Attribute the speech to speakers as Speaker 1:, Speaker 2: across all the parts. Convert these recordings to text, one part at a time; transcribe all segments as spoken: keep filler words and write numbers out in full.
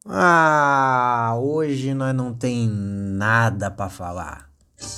Speaker 1: Ah, hoje nós não tem nada pra falar.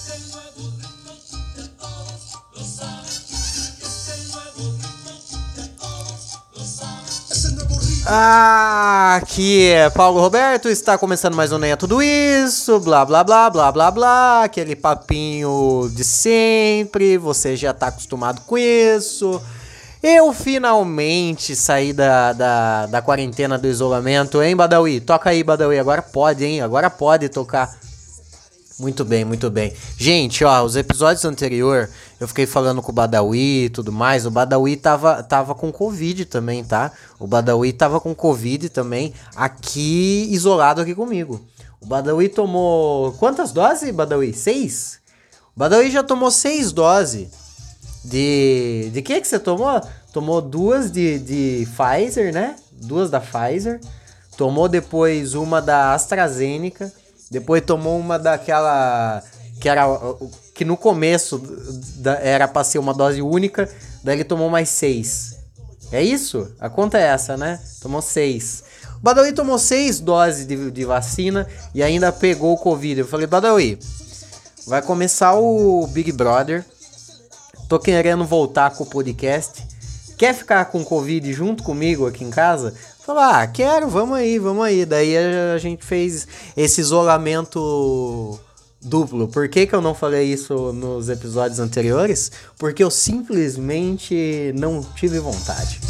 Speaker 1: Ah, aqui é Paulo Roberto, está começando mais um Nem é Tudo Isso, blá blá blá blá blá blá, aquele papinho de sempre, você já tá acostumado com isso. Eu finalmente saí da, da, da quarentena, do isolamento, hein, Badawi? Toca aí, Badawi, agora pode, hein? Agora pode tocar. Muito bem, muito bem. Gente, ó, os episódios anteriores, eu fiquei falando com o Badawi e tudo mais, o Badawi tava, tava com Covid também, tá? O Badawi tava com Covid também, aqui, isolado aqui comigo. O Badawi tomou... Quantas doses, Badawi? Seis? O Badawi já tomou seis doses. De... De que que você tomou? Tomou duas de, de Pfizer, né? Duas da Pfizer. Tomou depois uma da AstraZeneca. Depois tomou uma daquela... Que era... Que no começo da, era pra ser uma dose única. Daí ele tomou mais seis. É isso? A conta é essa, né? Tomou seis. O Badawi tomou seis doses de, de vacina. E ainda pegou o Covid. Eu falei, Badawi, vai começar o Big Brother. Tô querendo voltar com o podcast. Quer ficar com Covid junto comigo aqui em casa? Falei, ah, quero, vamos aí, vamos aí. Daí a gente fez esse isolamento duplo. Por que que eu não falei isso nos episódios anteriores? Porque eu simplesmente não tive vontade.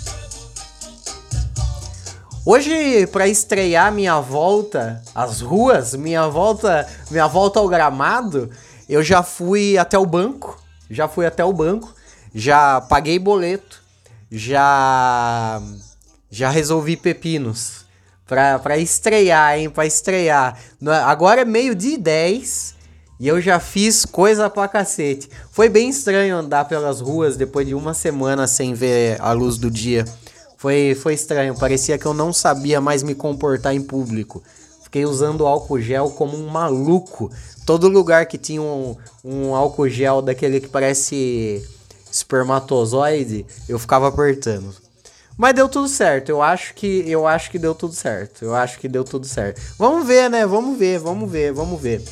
Speaker 1: Hoje, para estrear minha volta às ruas, minha volta, minha volta ao gramado, eu já fui até o banco. Já fui até o banco, já paguei boleto, já já resolvi pepinos pra, pra estrear, hein, pra estrear. Agora é meio-dia e dez e eu já fiz coisa pra cacete. Foi bem estranho andar pelas ruas depois de uma semana sem ver a luz do dia. Foi, foi estranho, parecia que eu não sabia mais me comportar em público. Fiquei usando álcool gel como um maluco. Todo lugar que tinha um, um álcool gel daquele que parece espermatozoide, eu ficava apertando. Mas deu tudo certo, eu acho que eu acho que deu tudo certo. Eu acho que deu tudo certo. Vamos ver, né? Vamos ver, vamos ver, vamos ver.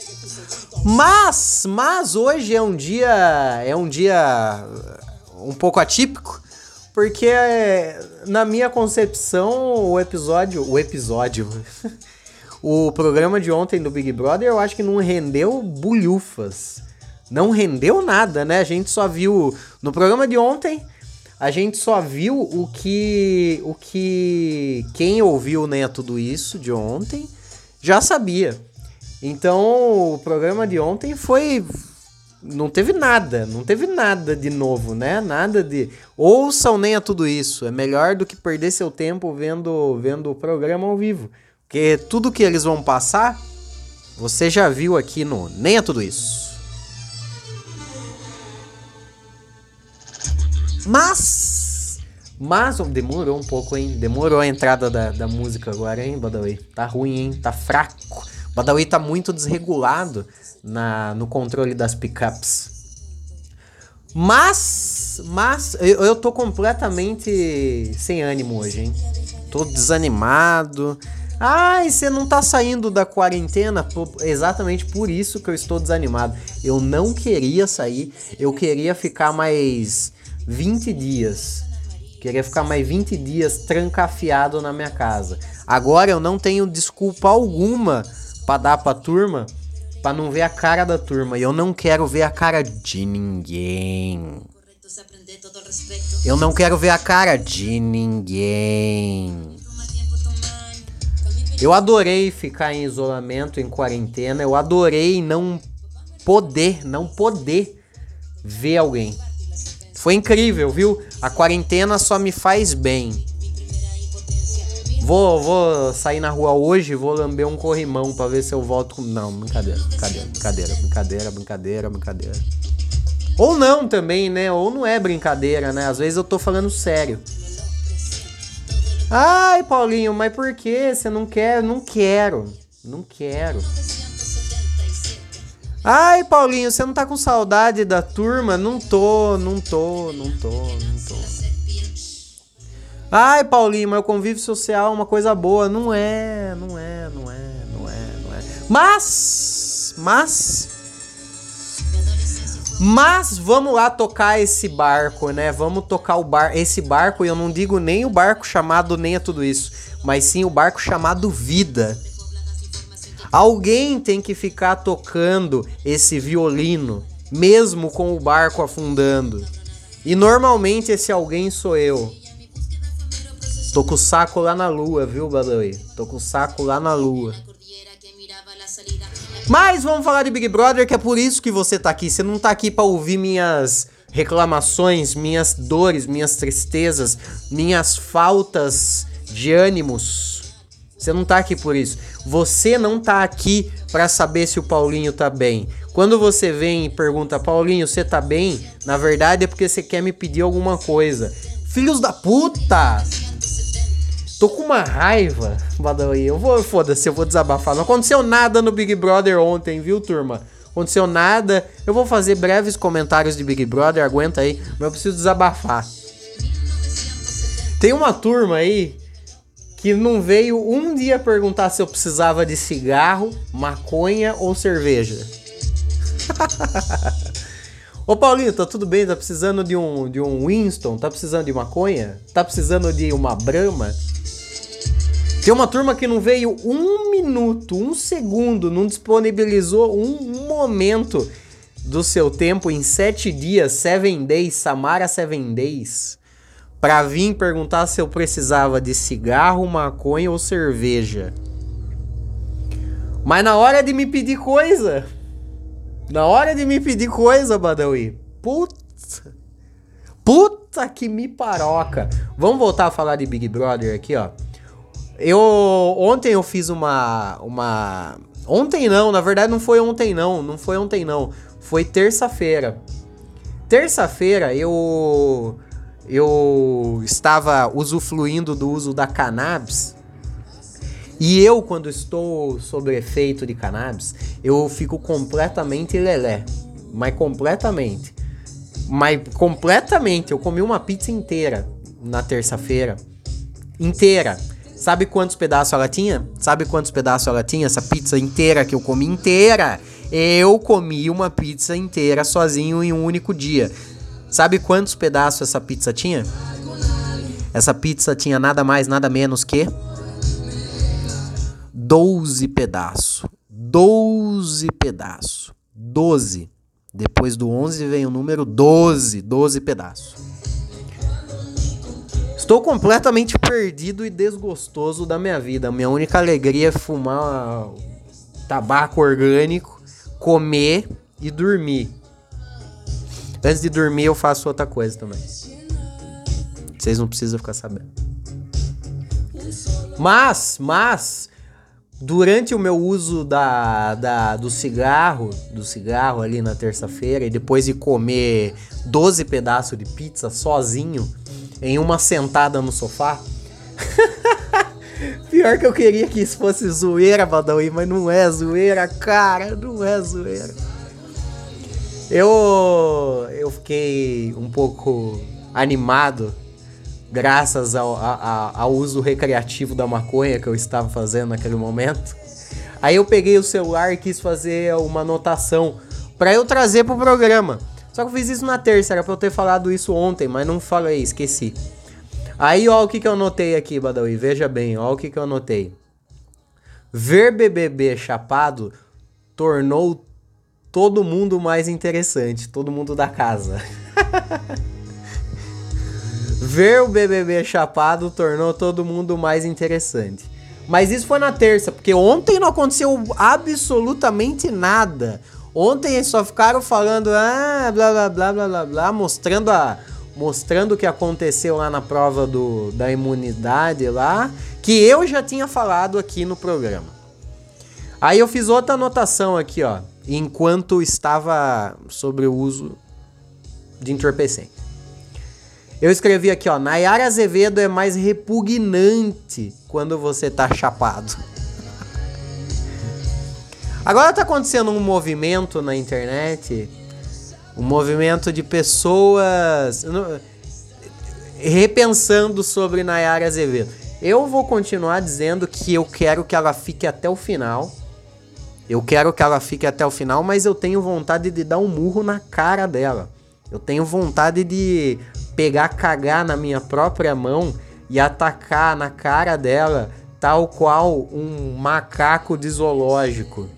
Speaker 1: Mas, mas hoje é um dia, é um dia um pouco atípico, porque na minha concepção o episódio, o episódio O programa de ontem do Big Brother, eu acho que não rendeu bulhufas. Não rendeu nada, né? A gente só viu... No programa de ontem, a gente só viu o que... O que... Quem ouviu, né, tudo isso de ontem, já sabia. Então, o programa de ontem foi... Não teve nada. Não teve nada de novo, né? Nada de... Ouçam nem a tudo isso. É melhor do que perder seu tempo vendo, vendo o programa ao vivo. Porque tudo que eles vão passar, você já viu aqui no Nem é Tudo Isso. Mas, mas, demorou um pouco, hein? Demorou a entrada da, da música agora, hein, Badawi? Tá ruim, hein? Tá fraco. Badawi tá muito desregulado na, no controle das pickups. Mas, mas, eu, eu tô completamente sem ânimo hoje, hein? Tô desanimado. Ai, você não tá saindo da quarentena? Pô, exatamente por isso que eu estou desanimado. Eu não queria sair, eu queria ficar mais vinte dias. Queria ficar mais vinte dias trancafiado na minha casa. Agora eu não tenho desculpa alguma pra dar pra turma, pra não ver a cara da turma. E eu não quero ver a cara de ninguém. Eu não quero ver a cara de ninguém. Eu adorei ficar em isolamento, em quarentena. Eu adorei não poder, não poder ver alguém. Foi incrível, viu? A quarentena só me faz bem. Vou, vou sair na rua hoje, vou lamber um corrimão pra ver se eu volto com... Não, brincadeira, brincadeira, brincadeira, brincadeira, brincadeira, brincadeira. Ou não também, né? Ou não é brincadeira, né? Às vezes eu tô falando sério. Ai, Paulinho, mas por que você não quer? Não quero, não quero. Ai, Paulinho, você não tá com saudade da turma? Não tô, não tô, não tô, não tô. Ai, Paulinho, mas o convívio social é uma coisa boa. Não é, não é, não é, não é, não é. Mas, mas... Mas vamos lá tocar esse barco, né? Vamos tocar o bar, esse barco, e eu não digo nem o barco chamado Nem é Tudo Isso, mas sim o barco chamado Vida. Alguém tem que ficar tocando esse violino, mesmo com o barco afundando. E normalmente esse alguém sou eu. Tô com o saco lá na lua, viu, Badawi? Tô com o saco lá na lua. Mas vamos falar de Big Brother, que é por isso que você tá aqui. Você não tá aqui pra ouvir minhas reclamações, minhas dores, minhas tristezas, minhas faltas de ânimos. Você não tá aqui por isso. Você não tá aqui pra saber se o Paulinho tá bem. Quando você vem e pergunta, Paulinho, você tá bem? Na verdade é porque você quer me pedir alguma coisa. Filhos da puta! Tô com uma raiva, Badawi. Eu vou, foda-se, eu vou desabafar. Não aconteceu nada no Big Brother ontem, viu, turma? Aconteceu nada. Eu vou fazer breves comentários de Big Brother, aguenta aí, mas eu preciso desabafar. Tem uma turma aí que não veio um dia perguntar se eu precisava de cigarro, maconha ou cerveja. Ô Paulinho, tá tudo bem? Tá precisando de um, de um Winston? Tá precisando de maconha? Tá precisando de uma Brahma? Tem uma turma que não veio um minuto, um segundo, não disponibilizou um momento do seu tempo em sete dias, seven days, Samara seven days, pra vir perguntar se eu precisava de cigarro, maconha ou cerveja. Mas na hora de me pedir coisa, na hora de me pedir coisa, Badawi, puta, puta que me paroca. Vamos voltar a falar de Big Brother aqui, ó. Eu, ontem eu fiz uma, uma... Ontem não, na verdade não foi ontem não, não foi ontem não. Foi terça-feira. Terça-feira eu... Eu estava usufruindo do uso da cannabis. E eu, quando estou sob efeito de cannabis, eu fico completamente lelé. Mas completamente. Mas completamente. Eu comi uma pizza inteira na terça-feira. Inteira. Sabe quantos pedaços ela tinha? Sabe quantos pedaços ela tinha? Essa pizza inteira que eu comi inteira. Eu comi uma pizza inteira sozinho em um único dia. Sabe quantos pedaços essa pizza tinha? Essa pizza tinha nada mais, nada menos que doze pedaços. doze pedaços. doze. Depois do onze vem o número doze. doze pedaços. Estou completamente perdido e desgostoso da minha vida. Minha única alegria é fumar tabaco orgânico, comer e dormir. Antes de dormir eu faço outra coisa também. Vocês não precisam ficar sabendo. Mas, mas, durante o meu uso da, da, do cigarro, do cigarro ali na terça-feira, e depois de comer doze pedaços de pizza sozinho, em uma sentada no sofá. Pior que eu queria que isso fosse zoeira, Badawi, mas não é zoeira, cara, não é zoeira. Eu, eu fiquei um pouco animado, graças ao, a, ao uso recreativo da maconha que eu estava fazendo naquele momento. Aí eu peguei o celular e quis fazer uma anotação pra eu trazer pro programa. Só que eu fiz isso na terça, era pra eu ter falado isso ontem, mas não falei, esqueci. Aí, ó, o que que eu anotei aqui, Badawi, veja bem, ó o que que eu anotei. Ver B B B chapado tornou todo mundo mais interessante, todo mundo da casa. Ver o B B B chapado tornou todo mundo mais interessante. Mas isso foi na terça, porque ontem não aconteceu absolutamente nada. Ontem eles só ficaram falando, ah, blá, blá, blá, blá, blá, blá, mostrando, a, mostrando o que aconteceu lá na prova do, da imunidade lá, que eu já tinha falado aqui no programa. Aí eu fiz outra anotação aqui, ó, enquanto estava sobre o uso de entorpecente. Eu escrevi aqui, ó, Nayara Azevedo é mais repugnante quando você tá chapado. Agora tá acontecendo um movimento na internet, um movimento de pessoas... repensando sobre Nayara Azevedo. Eu vou continuar dizendo que eu quero que ela fique até o final. Eu quero que ela fique até o final, mas eu tenho vontade de dar um murro na cara dela. Eu tenho vontade de pegar, cagar na minha própria mão e atacar na cara dela, tal qual um macaco de zoológico.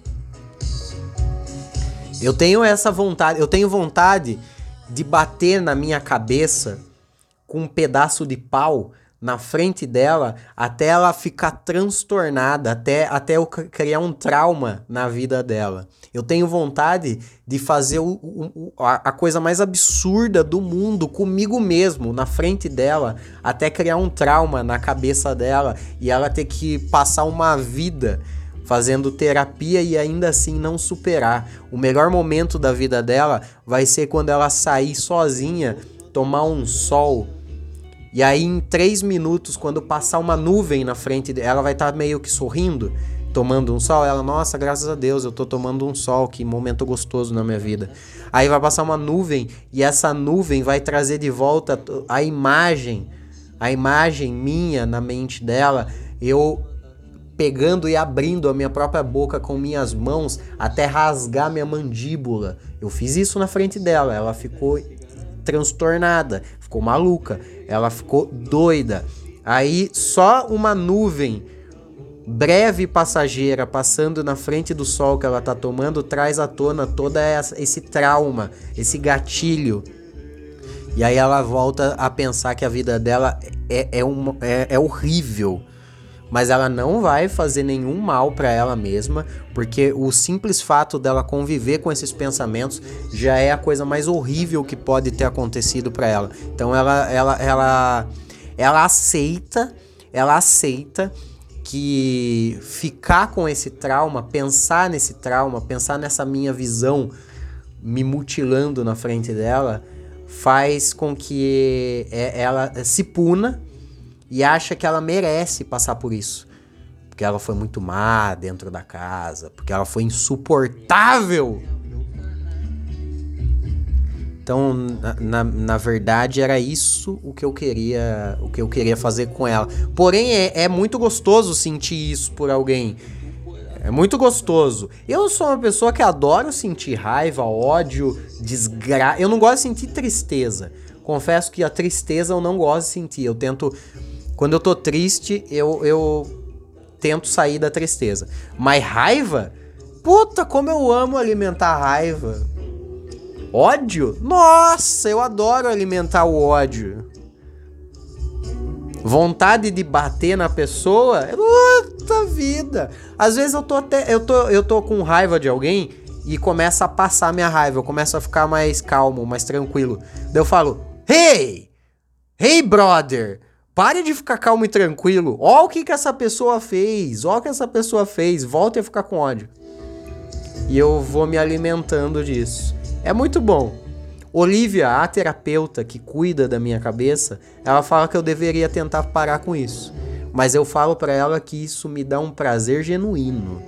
Speaker 1: Eu tenho essa vontade, eu tenho vontade de bater na minha cabeça com um pedaço de pau na frente dela, até ela ficar transtornada, até, até eu criar um trauma na vida dela. Eu tenho vontade de fazer o, o, a, a coisa mais absurda do mundo comigo mesmo, na frente dela, até criar um trauma na cabeça dela e ela ter que passar uma vida fazendo terapia e ainda assim não superar. O melhor momento da vida dela vai ser quando ela sair sozinha, tomar um sol. E aí em três minutos, quando passar uma nuvem na frente dela, ela vai estar tá meio que sorrindo, tomando um sol. Ela, nossa, graças a Deus, eu tô tomando um sol, que momento gostoso na minha vida. Aí vai passar uma nuvem e essa nuvem vai trazer de volta a imagem, a imagem minha na mente dela, eu pegando e abrindo a minha própria boca com minhas mãos até rasgar minha mandíbula. Eu fiz isso na frente dela, ela ficou transtornada, ficou maluca, ela ficou doida. Aí só uma nuvem breve e passageira passando na frente do sol que ela tá tomando traz à tona todo esse trauma, esse gatilho. E aí ela volta a pensar que a vida dela é, é, uma, é, é horrível. Mas ela não vai fazer nenhum mal para ela mesma, porque o simples fato dela conviver com esses pensamentos já é a coisa mais horrível que pode ter acontecido para ela. Então ela, ela, ela, ela aceita, ela aceita que ficar com esse trauma, pensar nesse trauma, pensar nessa minha visão me mutilando na frente dela, faz com que ela se puna e acha que ela merece passar por isso. Porque ela foi muito má dentro da casa. Porque ela foi insuportável. Então, na, na, na verdade, era isso o que eu queria, o que eu queria fazer com ela. Porém, é, é muito gostoso sentir isso por alguém. É muito gostoso. Eu sou uma pessoa que adoro sentir raiva, ódio, desgraça. Eu não gosto de sentir tristeza. Confesso que a tristeza eu não gosto de sentir. Eu tento... Quando eu tô triste, eu, eu tento sair da tristeza. Mas raiva? Puta, como eu amo alimentar raiva. Ódio? Nossa, eu adoro alimentar o ódio. Vontade de bater na pessoa? Puta vida. Às vezes eu tô até eu tô, eu tô com raiva de alguém e começa a passar minha raiva. Eu começo a ficar mais calmo, mais tranquilo. Daí eu falo, hey! Hey, brother! Pare de ficar calmo e tranquilo. Ó o que que essa pessoa fez. Ó o que essa pessoa fez. Volte a ficar com ódio. E eu vou me alimentando disso. É muito bom. Olivia, a terapeuta que cuida da minha cabeça, ela fala que eu deveria tentar parar com isso. Mas eu falo pra ela que isso me dá um prazer genuíno.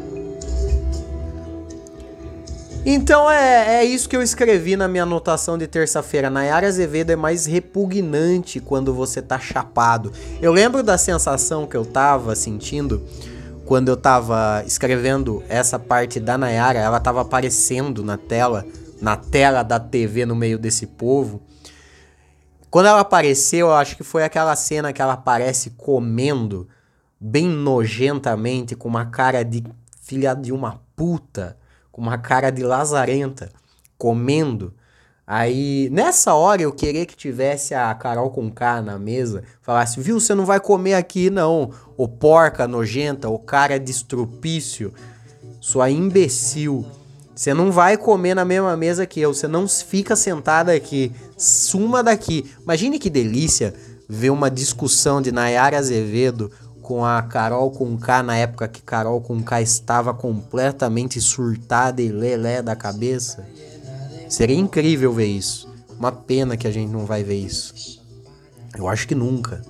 Speaker 1: Então é, é isso que eu escrevi na minha anotação de terça-feira. Nayara Azevedo é mais repugnante quando você tá chapado. Eu lembro da sensação que eu tava sentindo quando eu tava escrevendo essa parte da Nayara. Ela tava aparecendo na tela, na tela da T V no meio desse povo. Quando ela apareceu, eu acho que foi aquela cena que ela aparece comendo bem nojentamente, com uma cara de filha de uma puta, com uma cara de lazarenta, comendo. Aí, nessa hora, eu queria que tivesse a Carol Conká na mesa, falasse, viu, você não vai comer aqui não, ô porca nojenta, ô cara de estrupício, sua imbecil. Você não vai comer na mesma mesa que eu, você não fica sentada aqui, suma daqui. Imagine que delícia ver uma discussão de Nayara Azevedo com a Carol Conká, na época que Carol Conká estava completamente surtada e lelé da cabeça. Seria incrível ver isso. Uma pena que a gente não vai ver isso. Eu acho que nunca.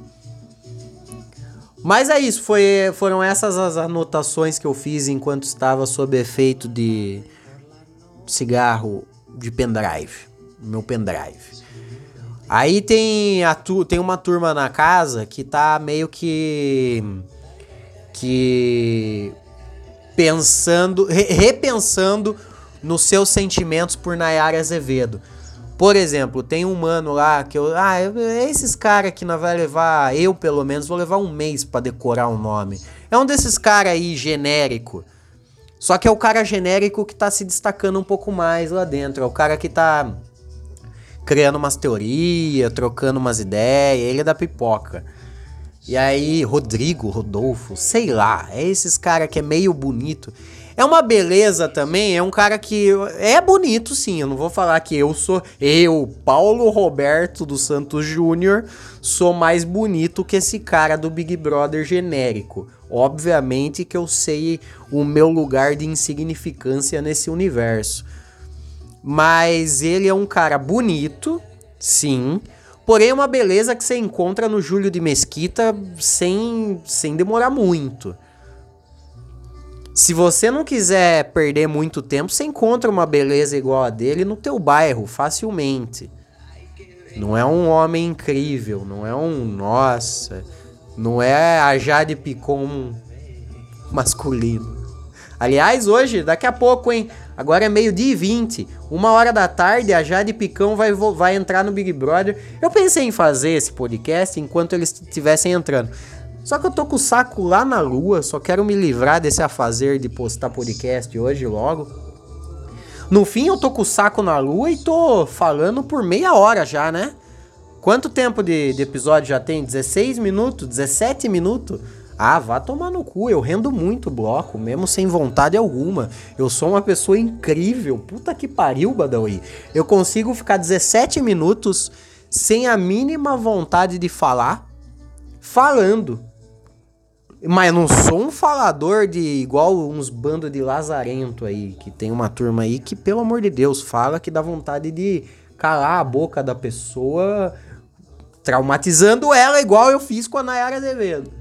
Speaker 1: Mas é isso, foi, foram essas as anotações que eu fiz enquanto estava sob efeito de cigarro de pendrive. Meu pendrive. Aí tem, a tu, tem uma turma na casa que tá meio que... Que... Pensando... Re, repensando nos seus sentimentos por Nayara Azevedo. Por exemplo, tem um mano lá que eu... Ah, esses caras que nós vai levar... Eu, pelo menos, vou levar um mês pra decorar o nome. É um desses caras aí, genérico. Só que é o cara genérico que tá se destacando um pouco mais lá dentro. É o cara que tá criando umas teorias, trocando umas ideias. Ele é da pipoca. E aí, Rodrigo, Rodolfo, sei lá. É esses caras que é meio bonito. É uma beleza também, é um cara que é bonito sim, eu não vou falar que eu sou, eu, Paulo Roberto dos Santos Júnior, sou mais bonito que esse cara do Big Brother genérico. Obviamente que eu sei o meu lugar de insignificância nesse universo. Mas ele é um cara bonito, sim, porém é uma beleza que você encontra no Júlio de Mesquita sem, sem demorar muito. Se você não quiser perder muito tempo, você encontra uma beleza igual a dele no teu bairro, facilmente. Não é um homem incrível, não é um... Nossa, não é a Jade Picon masculino. Aliás, hoje, daqui a pouco, hein? Agora é meio-dia e vinte. Uma hora da tarde, a Jade Picão vai, vai entrar no Big Brother. Eu pensei em fazer esse podcast enquanto eles estivessem entrando. Só que eu tô com o saco lá na lua, só quero me livrar desse afazer de postar podcast hoje logo. No fim, eu tô com o saco na lua e tô falando por meia hora já, né? Quanto tempo de, de episódio já tem? dezesseis minutos? dezessete minutos? Ah, vá tomar no cu, eu rendo muito bloco, mesmo sem vontade alguma. Eu sou uma pessoa incrível, puta que pariu, Badawi. Eu consigo ficar dezessete minutos sem a mínima vontade de falar, falando. Mas eu não sou um falador de igual uns bandos de lazarento aí, que tem uma turma aí que, pelo amor de Deus, fala que dá vontade de calar a boca da pessoa, traumatizando ela igual eu fiz com a Nayara Azevedo.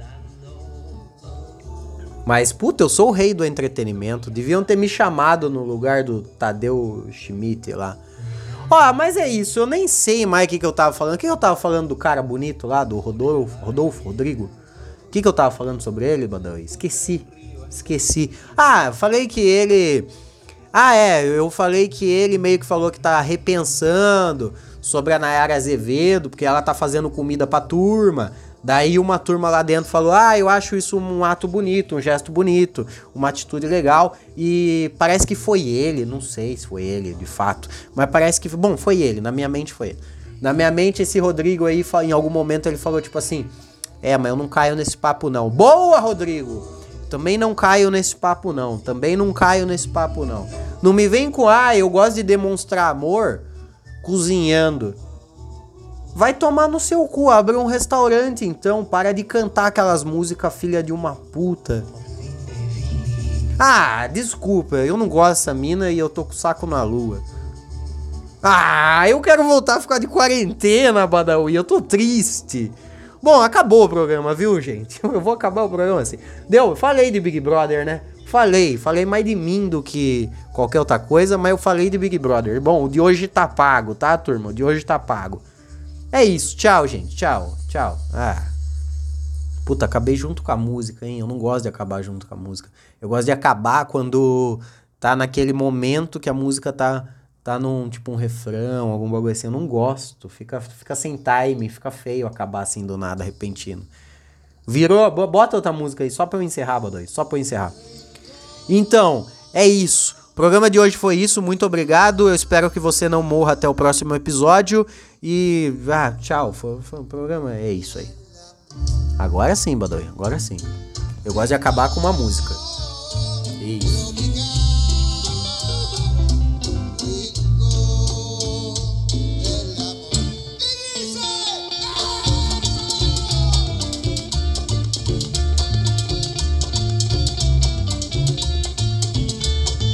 Speaker 1: Mas, puta, eu sou o rei do entretenimento. Deviam ter me chamado no lugar do Tadeu Schmidt lá. Ó, mas é isso, eu nem sei mais o que, que eu tava falando. O que, que eu tava falando do cara bonito lá, do Rodolfo, Rodolfo Rodrigo? O que, que eu tava falando sobre ele, Badawi? Esqueci. Esqueci. Ah, falei que ele... Ah, é, eu falei que ele meio que falou que tá repensando sobre a Nayara Azevedo, porque ela tá fazendo comida pra turma. Daí uma turma lá dentro falou, ah, eu acho isso um ato bonito, um gesto bonito, uma atitude legal. E parece que foi ele, não sei se foi ele, de fato. Mas parece que... Bom, foi ele, na minha mente foi ele. Na minha mente, esse Rodrigo aí, em algum momento, ele falou tipo assim... É, mas eu não caio nesse papo não. Boa, Rodrigo! Também não caio nesse papo não. Também não caio nesse papo não. Não me vem com, ah, eu gosto de demonstrar amor cozinhando. Vai tomar no seu cu, abre um restaurante então. Para de cantar aquelas músicas filha de uma puta. Ah, desculpa, eu não gosto dessa mina e eu tô com o saco na lua. Ah, eu quero voltar a ficar de quarentena, Badawi, eu tô triste. Bom, acabou o programa, viu, gente? Eu vou acabar o programa assim. Deu, falei de Big Brother, né? Falei, falei mais de mim do que qualquer outra coisa, mas eu falei de Big Brother. Bom, o de hoje tá pago, tá, turma? O de hoje tá pago. É isso, tchau, gente, tchau, tchau. Ah, puta, acabei junto com a música, hein? Eu não gosto de acabar junto com a música. Eu gosto de acabar quando tá naquele momento que a música tá... Tá num, tipo, um refrão, algum bagulho assim, eu não gosto, fica, fica sem time, fica feio acabar assim do nada, repentino. Virou, bota outra música aí, só pra eu encerrar, Badoi, só pra eu encerrar. Então, é isso, o programa de hoje foi isso, muito obrigado, eu espero que você não morra até o próximo episódio, e, ah, tchau, foi, foi, o programa é isso aí. Agora sim, Badoi, agora sim. Eu gosto de acabar com uma música. Isso.